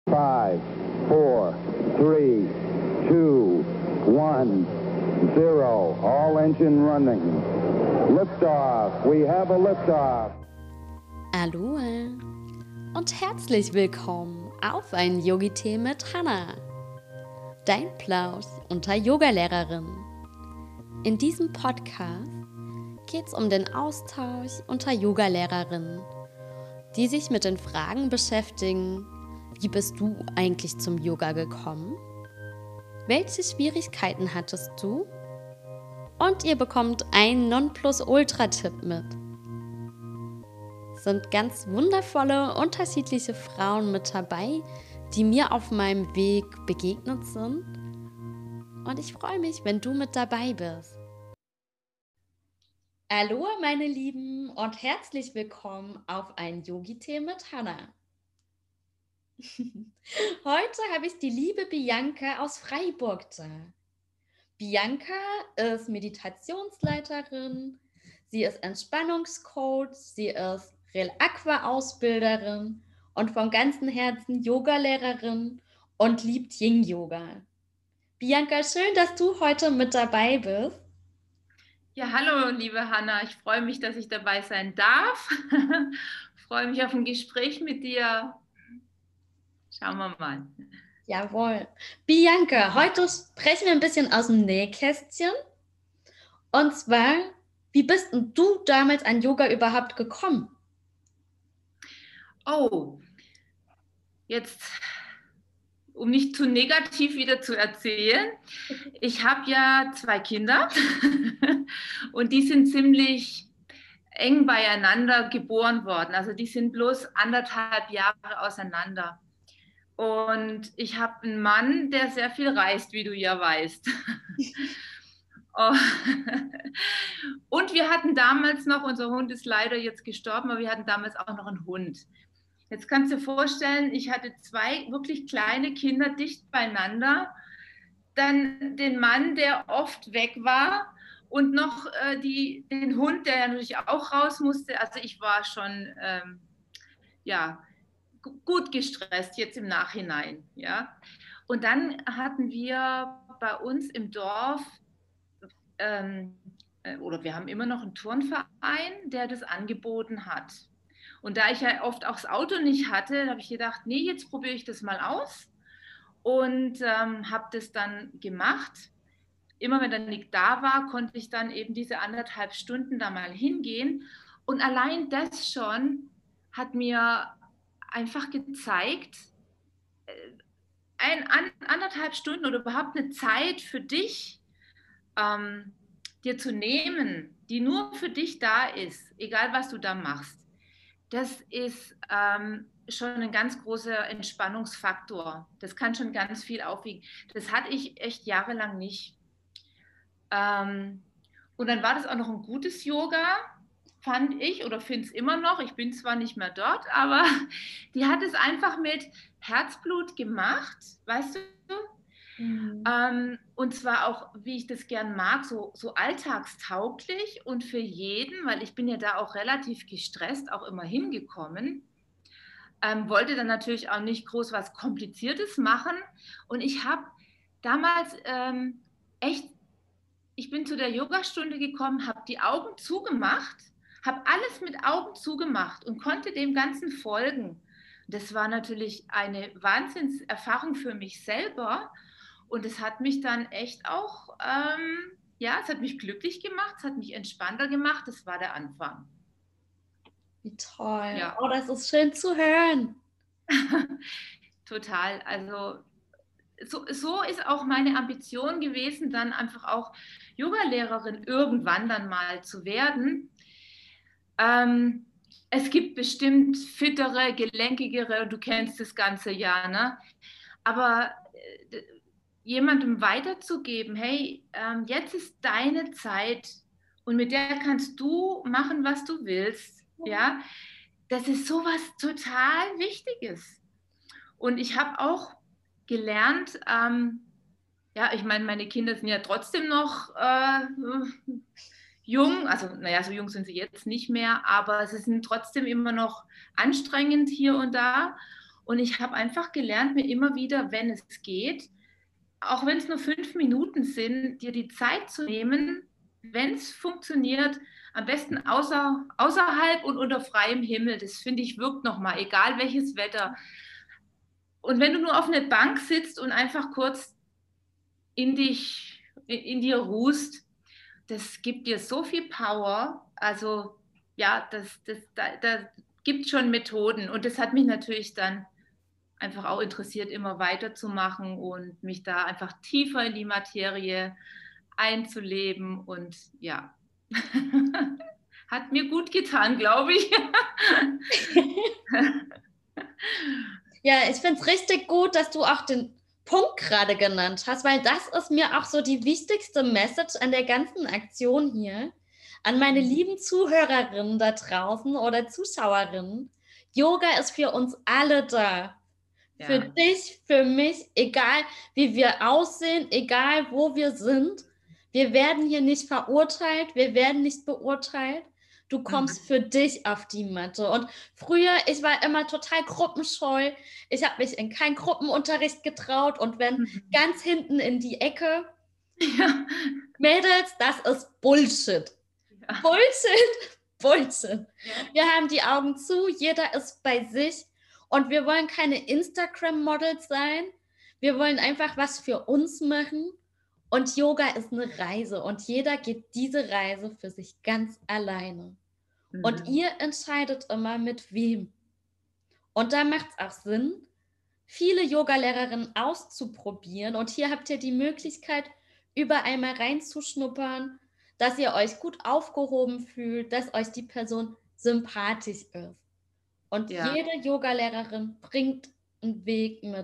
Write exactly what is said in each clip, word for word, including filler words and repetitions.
Five, four, three, two, one, zero. All engine running. Liftoff. We have a liftoff. Aloha und herzlich willkommen auf ein Yogi-Tee mit Hannah, dein Plausch unter Yogalehrerin. In diesem Podcast geht es um den Austausch unter Yogalehrerinnen, die sich mit den Fragen beschäftigen: Wie bist du eigentlich zum Yoga gekommen? Welche Schwierigkeiten hattest du? Und ihr bekommt einen Nonplusultra-Tipp mit. Es sind ganz wundervolle, unterschiedliche Frauen mit dabei, die mir auf meinem Weg begegnet sind. Und ich freue mich, wenn du mit dabei bist. Hallo meine Lieben und herzlich willkommen auf ein Yogi-Tee mit Hannah. Heute habe ich die liebe Bianca aus Freiburg da. Bianca ist Meditationsleiterin, sie ist Entspannungscoach, sie ist Real-Aqua-Ausbilderin und von ganzem Herzen Yogalehrerin und liebt Yin-Yoga. Bianca, schön, dass du heute mit dabei bist. Ja, hallo liebe Hannah, ich freue mich, dass ich dabei sein darf. Ich freue mich auf ein Gespräch mit dir. Schauen wir mal. Jawohl. Bianca, heute sprechen wir ein bisschen aus dem Nähkästchen. Und zwar, wie bist denn du damals an Yoga überhaupt gekommen? Oh, jetzt, um nicht zu negativ wieder zu erzählen, ich habe ja zwei Kinder und die sind ziemlich eng beieinander geboren worden. Also die sind bloß anderthalb Jahre auseinander. Und ich habe einen Mann, der sehr viel reist, wie du ja weißt. Und wir hatten damals noch, unser Hund ist leider jetzt gestorben, aber wir hatten damals auch noch einen Hund. Jetzt kannst du dir vorstellen, ich hatte zwei wirklich kleine Kinder dicht beieinander, dann den Mann, der oft weg war und noch äh, die, den Hund, der ja natürlich auch raus musste. Also ich war schon, ähm, ja, gut gestresst jetzt im Nachhinein, ja. Und dann hatten wir bei uns im Dorf, ähm, oder wir haben immer noch einen Turnverein, der das angeboten hat. Und da ich ja oft auch das Auto nicht hatte, habe ich gedacht, nee, jetzt probiere ich das mal aus und ähm, habe das dann gemacht. Immer wenn der Nick da war, konnte ich dann eben diese anderthalb Stunden da mal hingehen. Und allein das schon hat mir einfach gezeigt, ein, an, anderthalb Stunden oder überhaupt eine Zeit für dich ähm, dir zu nehmen, die nur für dich da ist, egal was du da machst, das ist ähm, schon ein ganz großer Entspannungsfaktor. Das kann schon ganz viel aufwiegen. Das hatte ich echt jahrelang nicht. Ähm, und dann war das auch noch ein gutes Yoga, fand ich, oder finde es immer noch. Ich bin zwar nicht mehr dort, aber die hat es einfach mit Herzblut gemacht, weißt du? Mhm. Ähm, und zwar auch, wie ich das gern mag, so, so alltagstauglich und für jeden, weil ich bin ja da auch relativ gestresst auch immer hingekommen. Ähm, wollte dann natürlich auch nicht groß was Kompliziertes machen. Und ich habe damals ähm, echt, ich bin zu der Yogastunde gekommen, habe die Augen zugemacht, habe alles mit Augen zugemacht und konnte dem Ganzen folgen. Das war natürlich eine Wahnsinnserfahrung für mich selber und es hat mich dann echt auch, ähm, ja, es hat mich glücklich gemacht, es hat mich entspannter gemacht, das war der Anfang. Wie toll. Ja. Oh, das ist schön zu hören. Total, also so, so ist auch meine Ambition gewesen, dann einfach auch Yogalehrerin irgendwann dann mal zu werden. Ähm, es gibt bestimmt fittere, gelenkigere, und du kennst das ganze ja, ne? Aber äh, jemandem weiterzugeben, hey, ähm, jetzt ist deine Zeit und mit der kannst du machen, was du willst, ja, das ist sowas total Wichtiges. Und ich habe auch gelernt, ähm, ja, ich meine, meine Kinder sind ja trotzdem noch äh, jung, also naja, so jung sind sie jetzt nicht mehr, aber sie sind trotzdem immer noch anstrengend hier und da. Und ich habe einfach gelernt, mir immer wieder, wenn es geht, auch wenn es nur fünf Minuten sind, dir die Zeit zu nehmen, wenn es funktioniert, am besten außer, außerhalb und unter freiem Himmel. Das finde ich wirkt nochmal, egal welches Wetter. Und wenn du nur auf einer Bank sitzt und einfach kurz in dich, in dir ruhst, das gibt dir so viel Power. Also ja, das, das, da, da gibt es schon Methoden. Und das hat mich natürlich dann einfach auch interessiert, immer weiterzumachen und mich da einfach tiefer in die Materie einzuleben. Und ja, hat mir gut getan, glaube ich. Ja, ich finde es richtig gut, dass du auch den Punkt gerade genannt hast, weil das ist mir auch so die wichtigste Message an der ganzen Aktion hier. An meine lieben Zuhörerinnen da draußen oder Zuschauerinnen. Yoga ist für uns alle da. Ja. Für dich, für mich, egal wie wir aussehen, egal wo wir sind. Wir werden hier nicht verurteilt, wir werden nicht beurteilt. Du kommst mhm. für dich auf die Matte. Und früher, ich war immer total gruppenscheu. Ich habe mich in keinen Gruppenunterricht getraut. Und wenn mhm. ganz hinten in die Ecke, ja. Mädels, das ist Bullshit. Ja. Bullshit, Bullshit. Ja. Wir haben die Augen zu, jeder ist bei sich. Und wir wollen keine Instagram-Models sein. Wir wollen einfach was für uns machen. Und Yoga ist eine Reise. Und jeder geht diese Reise für sich ganz alleine. Mhm. Und ihr entscheidet immer, mit wem. Und da macht es auch Sinn, viele Yogalehrerinnen auszuprobieren. Und hier habt ihr die Möglichkeit, überall mal reinzuschnuppern, dass ihr euch gut aufgehoben fühlt, dass euch die Person sympathisch ist. Und ja. jede Yogalehrerin bringt einen Weg mit.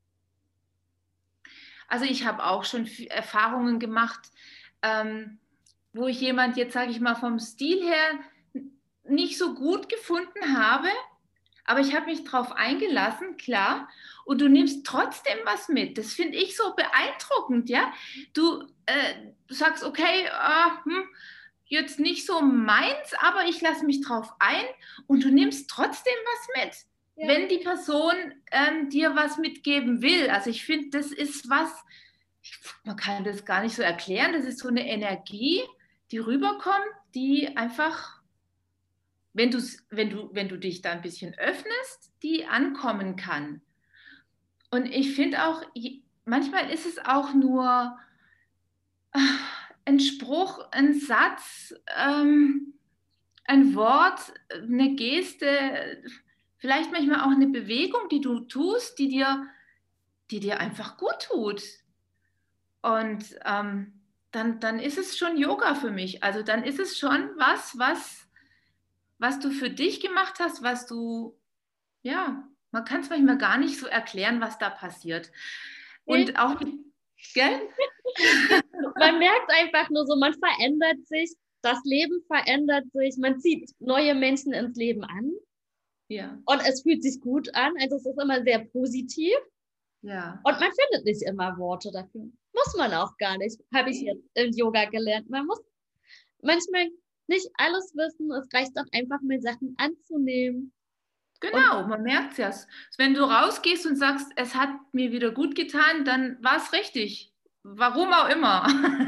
Also ich habe auch schon Erfahrungen gemacht, ähm, wo ich jemand jetzt, sage ich mal, vom Stil her nicht so gut gefunden habe, aber ich habe mich darauf eingelassen, klar, und du nimmst trotzdem was mit. Das finde ich so beeindruckend, ja. Du, äh, du sagst, okay, äh, hm, jetzt nicht so meins, aber ich lasse mich drauf ein und du nimmst trotzdem was mit, ja. wenn die Person ähm, dir was mitgeben will. Also ich finde, das ist was, ich, man kann das gar nicht so erklären, das ist so eine Energie, die rüberkommt, die einfach, wenn, wenn, du, wenn du dich da ein bisschen öffnest, die ankommen kann. Und ich finde auch, manchmal ist es auch nur ein Spruch, ein Satz, ähm, ein Wort, eine Geste, vielleicht manchmal auch eine Bewegung, die du tust, die dir, die dir einfach gut tut. Und ähm, dann, dann ist es schon Yoga für mich. Also dann ist es schon was, was, was du für dich gemacht hast, was du, ja, man kann es manchmal gar nicht so erklären, was da passiert. Und ich, auch, gell? Man merkt einfach nur so, man verändert sich, das Leben verändert sich, man zieht neue Menschen ins Leben an. Ja. Und es fühlt sich gut an, also es ist immer sehr positiv. Ja. Und man findet nicht immer Worte dafür. Muss man auch gar nicht, habe ich jetzt im Yoga gelernt. Man muss manchmal nicht alles wissen, es reicht auch einfach mal Sachen anzunehmen. Genau, und man merkt es ja. Wenn du rausgehst und sagst, es hat mir wieder gut getan, dann war es richtig. Warum auch immer.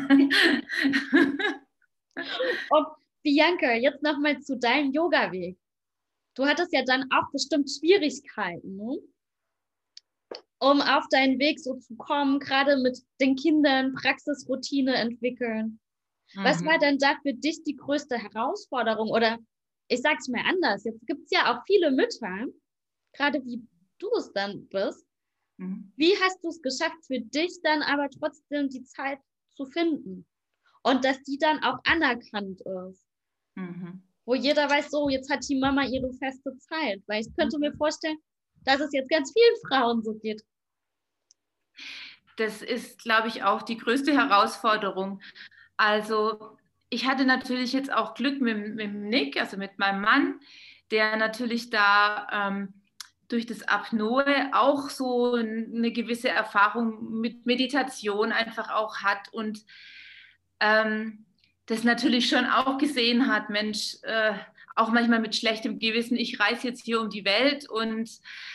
Und Bianca, jetzt nochmal zu deinem Yoga-Weg. Du hattest ja dann auch bestimmt Schwierigkeiten, ne? Um auf deinen Weg so zu kommen, gerade mit den Kindern Praxisroutine entwickeln. Mhm. Was war denn da für dich die größte Herausforderung? Oder ich sage es mal anders, jetzt gibt es ja auch viele Mütter, gerade wie du es dann bist. Mhm. Wie hast du es geschafft, für dich dann aber trotzdem die Zeit zu finden? Und dass die dann auch anerkannt ist. Mhm. Wo jeder weiß, so, jetzt hat die Mama ihre feste Zeit. Weil ich könnte mhm. mir vorstellen, dass es jetzt ganz vielen Frauen so geht. Das ist, glaube ich, auch die größte Herausforderung. Also ich hatte natürlich jetzt auch Glück mit, mit Nick, also mit meinem Mann, der natürlich da ähm, durch das Apnoe auch so eine gewisse Erfahrung mit Meditation einfach auch hat und ähm, das natürlich schon auch gesehen hat, Mensch, äh, auch manchmal mit schlechtem Gewissen, ich reise jetzt hier um die Welt und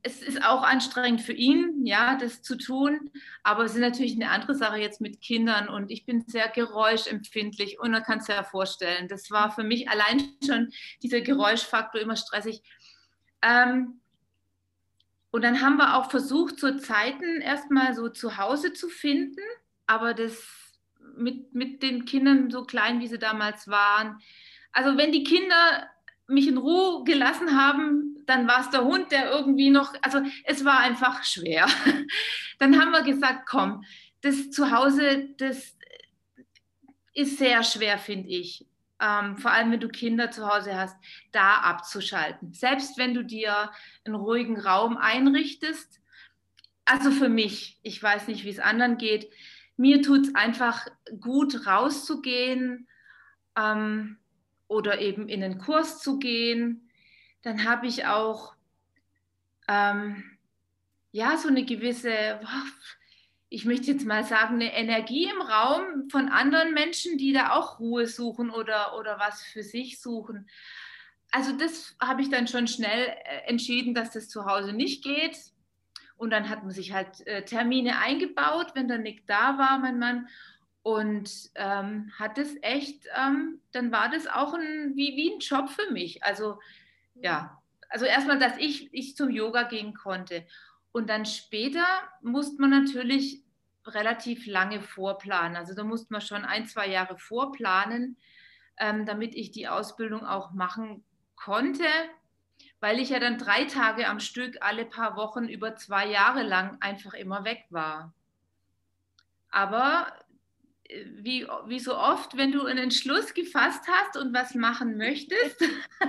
es ist auch anstrengend für ihn, ja, das zu tun, aber es ist natürlich eine andere Sache jetzt mit Kindern und ich bin sehr geräuschempfindlich und man kann es ja vorstellen, das war für mich allein schon dieser Geräuschfaktor immer stressig. Ähm, und dann haben wir auch versucht, so Zeiten erstmal so zu Hause zu finden, aber das mit, mit den Kindern so klein, wie sie damals waren. Also wenn die Kinder mich in Ruhe gelassen haben, dann war es der Hund, der irgendwie noch, also es war einfach schwer. Dann haben wir gesagt, komm, das zu Hause, das ist sehr schwer, finde ich. Ähm, vor allem, wenn du Kinder zu Hause hast, da abzuschalten. Selbst wenn du dir einen ruhigen Raum einrichtest, also für mich, ich weiß nicht, wie es anderen geht, mir tut es einfach gut, rauszugehen, ähm, oder eben in einen Kurs zu gehen. Dann habe ich auch ähm, ja so eine gewisse, ich möchte jetzt mal sagen, eine Energie im Raum von anderen Menschen, die da auch Ruhe suchen oder, oder was für sich suchen. Also das habe ich dann schon schnell äh, entschieden, dass das zu Hause nicht geht. Und dann hat man sich halt äh, Termine eingebaut, wenn der Nick da war, mein Mann. Und ähm, hat es echt, ähm, dann war das auch ein, wie, wie ein Job für mich. Also ja, also erstmal, dass ich, ich zum Yoga gehen konnte. Und dann später musste man natürlich relativ lange vorplanen. Also da musste man schon ein, zwei Jahre vorplanen, ähm, damit ich die Ausbildung auch machen konnte, weil ich ja dann drei Tage am Stück alle paar Wochen über zwei Jahre lang einfach immer weg war. Aber äh, wie, wie so oft, wenn du einen Entschluss gefasst hast und was machen möchtest,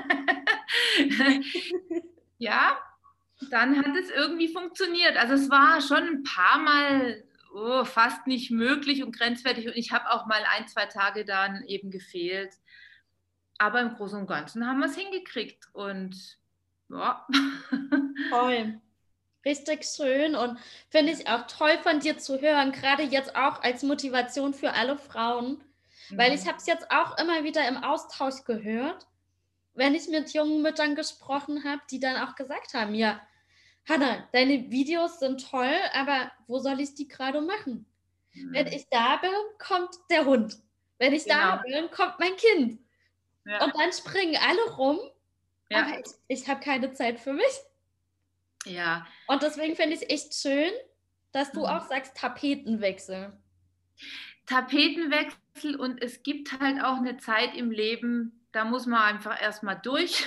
ja, dann hat es irgendwie funktioniert. Also es war schon ein paar Mal oh, fast nicht möglich und grenzwertig und ich habe auch mal ein, zwei Tage dann eben gefehlt. Aber im Großen und Ganzen haben wir es hingekriegt und ja. Toll. Richtig schön und finde ich auch toll von dir zu hören, gerade jetzt auch als Motivation für alle Frauen, weil ich habe es jetzt auch immer wieder im Austausch gehört, wenn ich mit jungen Müttern gesprochen habe, die dann auch gesagt haben, ja, Hanna, deine Videos sind toll, aber wo soll ich die gerade machen? Mhm. Wenn ich da bin, kommt der Hund. Wenn ich genau. da bin, kommt mein Kind. Ja. Und dann springen alle rum, ja. aber ich, ich habe keine Zeit für mich. Ja. Und deswegen finde ich es echt schön, dass du mhm. auch sagst, Tapetenwechsel. Tapetenwechsel und es gibt halt auch eine Zeit im Leben, da muss man einfach erstmal durch.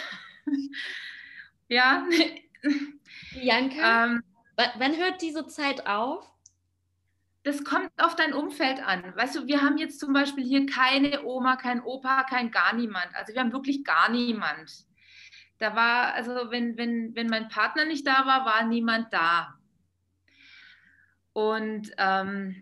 Ja. Bianca, ähm, wann hört diese Zeit auf? Das kommt auf dein Umfeld an. Weißt du, wir haben jetzt zum Beispiel hier keine Oma, kein Opa, kein gar niemand. Also wir haben wirklich gar niemand. Da war, also wenn, wenn, wenn mein Partner nicht da war, war niemand da. Und ähm,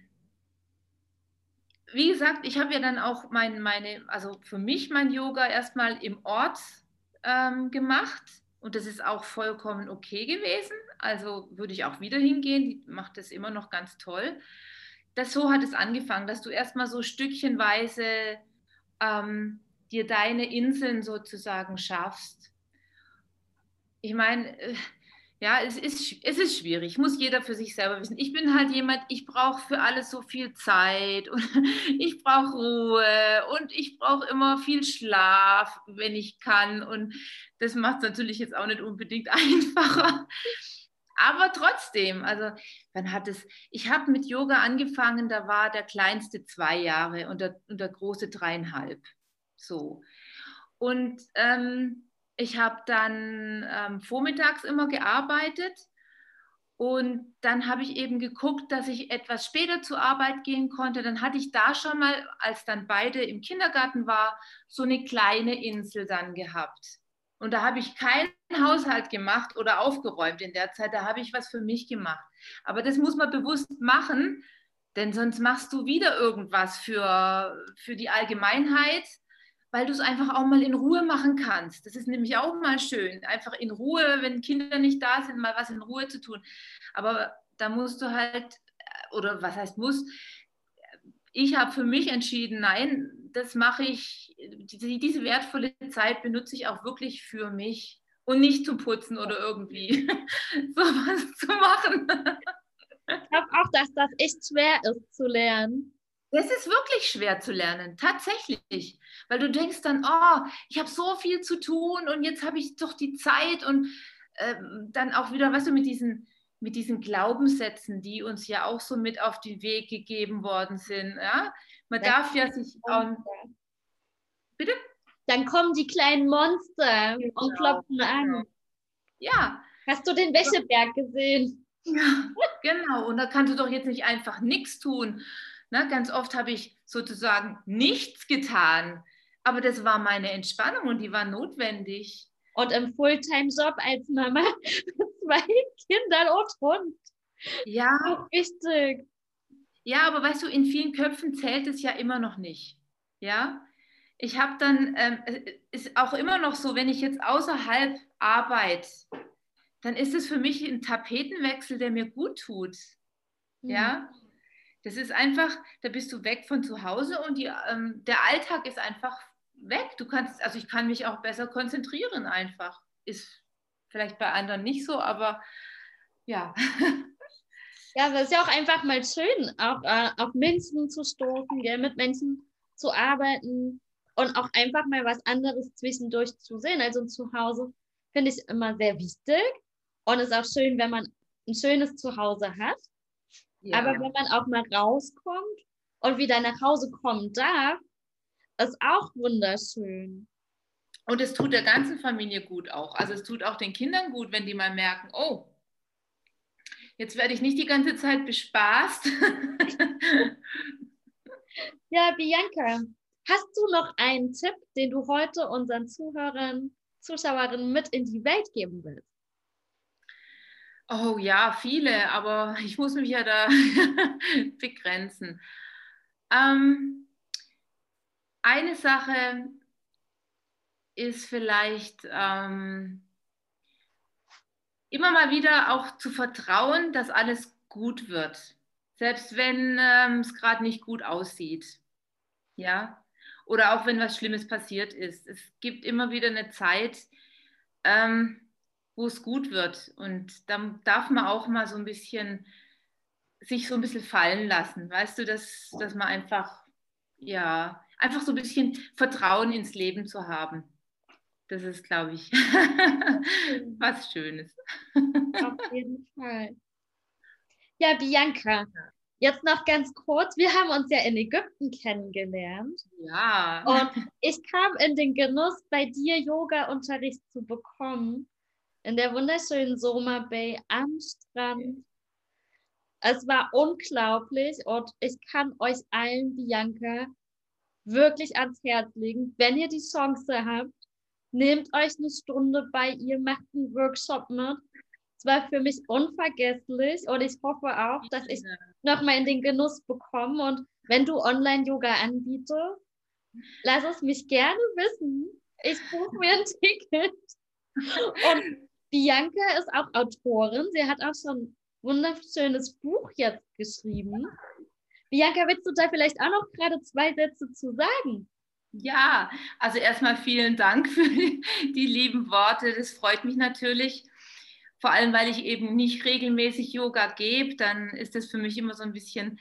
wie gesagt, ich habe ja dann auch mein, meine, also für mich mein Yoga erstmal im Ort ähm, gemacht. Und das ist auch vollkommen okay gewesen. Also würde ich auch wieder hingehen. Die macht das immer noch ganz toll. Das, so hat es angefangen, dass du erstmal so stückchenweise ähm, dir deine Inseln sozusagen schaffst. Ich meine, äh, ja, es ist, es ist schwierig, muss jeder für sich selber wissen. Ich bin halt jemand, ich brauche für alles so viel Zeit und ich brauche Ruhe und ich brauche immer viel Schlaf, wenn ich kann. Und das macht es natürlich jetzt auch nicht unbedingt einfacher. Aber trotzdem, also dann hat es, ich habe mit Yoga angefangen, da war der Kleinste zwei Jahre und der, und der Große dreieinhalb. So. Und ähm, ich habe dann ähm, vormittags immer gearbeitet und dann habe ich eben geguckt, dass ich etwas später zur Arbeit gehen konnte. Dann hatte ich da schon mal, als dann beide im Kindergarten waren, so eine kleine Insel dann gehabt. Und da habe ich keinen Haushalt gemacht oder aufgeräumt in der Zeit, da habe ich was für mich gemacht. Aber das muss man bewusst machen, denn sonst machst du wieder irgendwas für, für die Allgemeinheit, weil du es einfach auch mal in Ruhe machen kannst. Das ist nämlich auch mal schön, einfach in Ruhe, wenn Kinder nicht da sind, mal was in Ruhe zu tun. Aber da musst du halt, oder was heißt muss, ich habe für mich entschieden, nein, das mache ich, diese wertvolle Zeit benutze ich auch wirklich für mich. und nicht zu putzen oder irgendwie sowas zu machen. Ich glaube auch, dass das echt schwer ist zu lernen. Das ist wirklich schwer zu lernen, tatsächlich. Weil du denkst dann, oh, ich habe so viel zu tun und jetzt habe ich doch die Zeit und ähm, dann auch wieder, weißt du, mit diesen, mit diesen Glaubenssätzen, die uns ja auch so mit auf den Weg gegeben worden sind. Ja? Man Dann darf ja sich auch... Bitte? Dann kommen die kleinen Monster Genau, und klopfen an. genau. Ja. Hast du den Wäscheberg gesehen? Ja, genau. Und da kannst du doch jetzt nicht einfach nichts tun. Na, ganz oft habe ich sozusagen nichts getan. Aber das war meine Entspannung und die war notwendig. Und im Fulltime-Job als Mama mit zwei Kindern und Hund. Ja. Auch wichtig. Ja, aber weißt du, in vielen Köpfen zählt es ja immer noch nicht. Ja. Ich habe dann, ähm, ist auch immer noch so, wenn ich jetzt außerhalb arbeite, dann ist es für mich ein Tapetenwechsel, der mir gut tut. Hm. Ja, das ist einfach, da bist du weg von zu Hause und die, ähm, der Alltag ist einfach weg. Du kannst, also ich kann mich auch besser konzentrieren einfach. Ist vielleicht bei anderen nicht so, aber ja. Ja, aber es ist ja auch einfach mal schön, auch äh, auf Menschen zu stoßen, gell, mit Menschen zu arbeiten und auch einfach mal was anderes zwischendurch zu sehen. Also zu Hause finde ich immer sehr wichtig und es ist auch schön, wenn man ein schönes Zuhause hat. Ja. Aber wenn man auch mal rauskommt und wieder nach Hause kommen darf, ist auch wunderschön. Und es tut der ganzen Familie gut auch. Also es tut auch den Kindern gut, wenn die mal merken, oh, jetzt werde ich nicht die ganze Zeit bespaßt. Ja, Bianca, hast du noch einen Tipp, den du heute unseren Zuhörern, Zuschauerinnen mit in die Welt geben willst? Oh ja, viele, aber ich muss mich ja da begrenzen. Ähm, eine Sache ist vielleicht ähm, immer mal wieder auch zu vertrauen, dass alles gut wird, selbst wenn ähm, es gerade nicht gut aussieht. Ja, oder auch wenn was Schlimmes passiert ist. Es gibt immer wieder eine Zeit, ähm, wo es gut wird. Und dann darf man auch mal so ein bisschen sich so ein bisschen fallen lassen. Weißt du, dass, dass man einfach, ja, einfach so ein bisschen Vertrauen ins Leben zu haben. Das ist, glaube ich, was Schönes. Auf jeden Fall. Ja, Bianca, jetzt noch ganz kurz. Wir haben uns ja in Ägypten kennengelernt. Ja. Und ich kam in den Genuss, bei dir Yoga-Unterricht zu bekommen. In der wunderschönen Soma Bay am Strand. Es war unglaublich und ich kann euch allen, Bianca, wirklich ans Herz legen, wenn ihr die Chance habt, nehmt euch eine Stunde bei ihr, macht einen Workshop mit. Es war für mich unvergesslich und ich hoffe auch, dass ich nochmal in den Genuss bekomme. Und wenn du Online-Yoga anbietest, lass es mich gerne wissen. Ich buche mir ein Ticket. Und Bianca ist auch Autorin. Sie hat auch schon ein wunderschönes Buch jetzt geschrieben. Bianca, willst du da vielleicht auch noch gerade zwei Sätze zu sagen? Ja, also erstmal vielen Dank für die lieben Worte. Das freut mich natürlich. Vor allem, weil ich eben nicht regelmäßig Yoga gebe, dann ist das für mich immer so ein bisschen,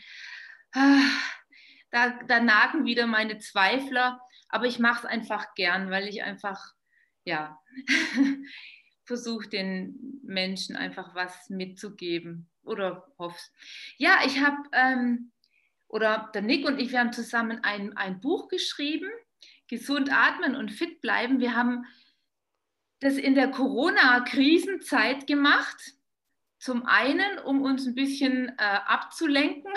da, da nagen wieder meine Zweifler. Aber ich mache es einfach gern, weil ich einfach, ja, versuche den Menschen einfach was mitzugeben oder hoffe. Ja, ich habe, ähm, oder der Nick und ich, wir haben zusammen ein, ein Buch geschrieben, Gesund atmen und fit bleiben. Wir haben das in der Corona-Krisenzeit gemacht. Zum einen, um uns ein bisschen äh, abzulenken.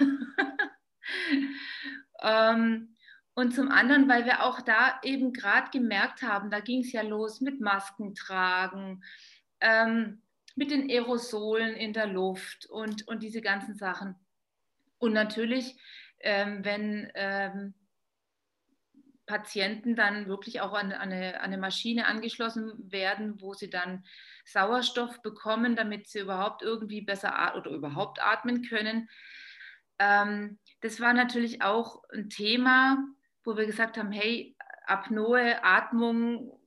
ähm, und zum anderen, weil wir auch da eben gerade gemerkt haben, da ging es ja los mit Masken tragen, ähm, mit den Aerosolen in der Luft und, und diese ganzen Sachen. Und natürlich, ähm, wenn ähm, Patienten dann wirklich auch an, an, eine, an eine Maschine angeschlossen werden, wo sie dann Sauerstoff bekommen, damit sie überhaupt irgendwie besser oder überhaupt atmen können. Ähm, das war natürlich auch ein Thema, wo wir gesagt haben, hey, Apnoe, Atmung,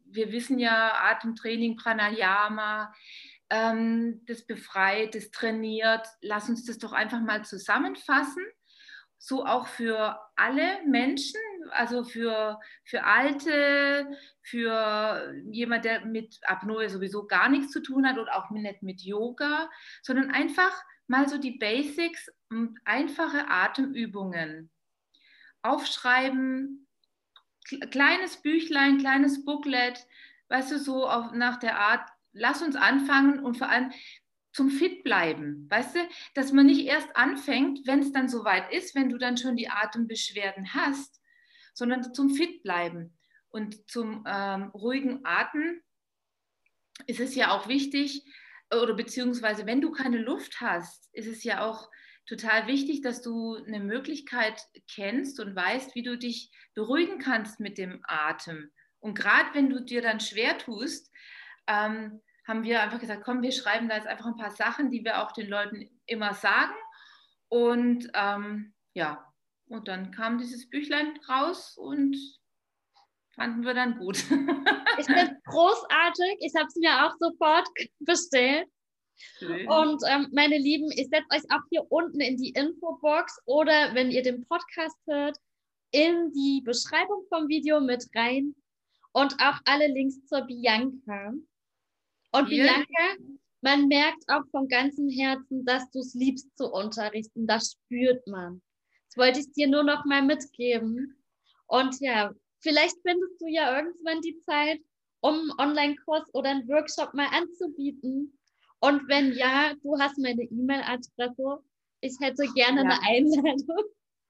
wir wissen ja, Atemtraining, Pranayama, ähm, das befreit, das trainiert. Lass uns das doch einfach mal zusammenfassen. So auch für alle Menschen, also für, für Alte, für jemand, der mit Apnoe sowieso gar nichts zu tun hat oder auch nicht mit Yoga, sondern einfach mal so die Basics und einfache Atemübungen aufschreiben, kleines Büchlein, kleines Booklet, weißt du, so auf, nach der Art, lass uns anfangen und vor allem zum Fit bleiben, weißt du, dass man nicht erst anfängt, wenn es dann soweit ist, wenn du dann schon die Atembeschwerden hast, sondern zum Fit bleiben. Und zum ähm, ruhigen Atmen ist es ja auch wichtig, oder beziehungsweise wenn du keine Luft hast, ist es ja auch total wichtig, dass du eine Möglichkeit kennst und weißt, wie du dich beruhigen kannst mit dem Atem. Und gerade wenn du dir dann schwer tust, ähm, haben wir einfach gesagt, komm, wir schreiben da jetzt einfach ein paar Sachen, die wir auch den Leuten immer sagen. Und ähm, ja, und dann kam dieses Büchlein raus und fanden wir dann gut. Ich finde es großartig. Ich habe es mir auch sofort bestellt. Schön. Und ähm, meine Lieben, ich setze euch auch hier unten in die Infobox oder wenn ihr den Podcast hört, in die Beschreibung vom Video mit rein und auch alle Links zur Bianca. Und ja. Bianca, man merkt auch von ganzem Herzen, dass du es liebst zu unterrichten. Das spürt man. Das wollte ich dir nur noch mal mitgeben. Und ja, vielleicht findest du ja irgendwann die Zeit, um einen Online-Kurs oder einen Workshop mal anzubieten. Und wenn ja, du hast meine E-Mail-Adresse. Ich hätte gerne ja. eine Einladung.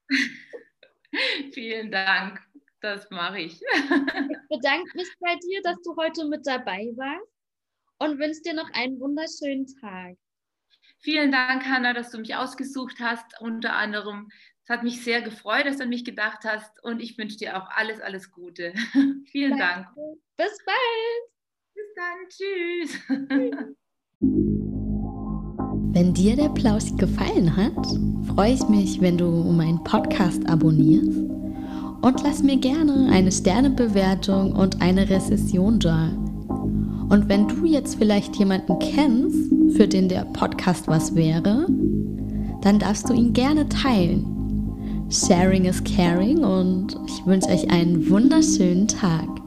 Vielen Dank, das mache ich. Ich bedanke mich bei dir, dass du heute mit dabei warst und wünsche dir noch einen wunderschönen Tag. Vielen Dank, Hanna, dass du mich ausgesucht hast. Unter anderem, es hat mich sehr gefreut, dass du an mich gedacht hast und ich wünsche dir auch alles, alles Gute. Vielen Dank. Bis bald. Bis dann. Tschüss. Wenn dir der Plausch gefallen hat, freue ich mich, wenn du meinen Podcast abonnierst und lass mir gerne eine Sternebewertung und eine Rezession da. Und wenn du jetzt vielleicht jemanden kennst, für den der Podcast was wäre, dann darfst du ihn gerne teilen. Sharing is caring und ich wünsche euch einen wunderschönen Tag.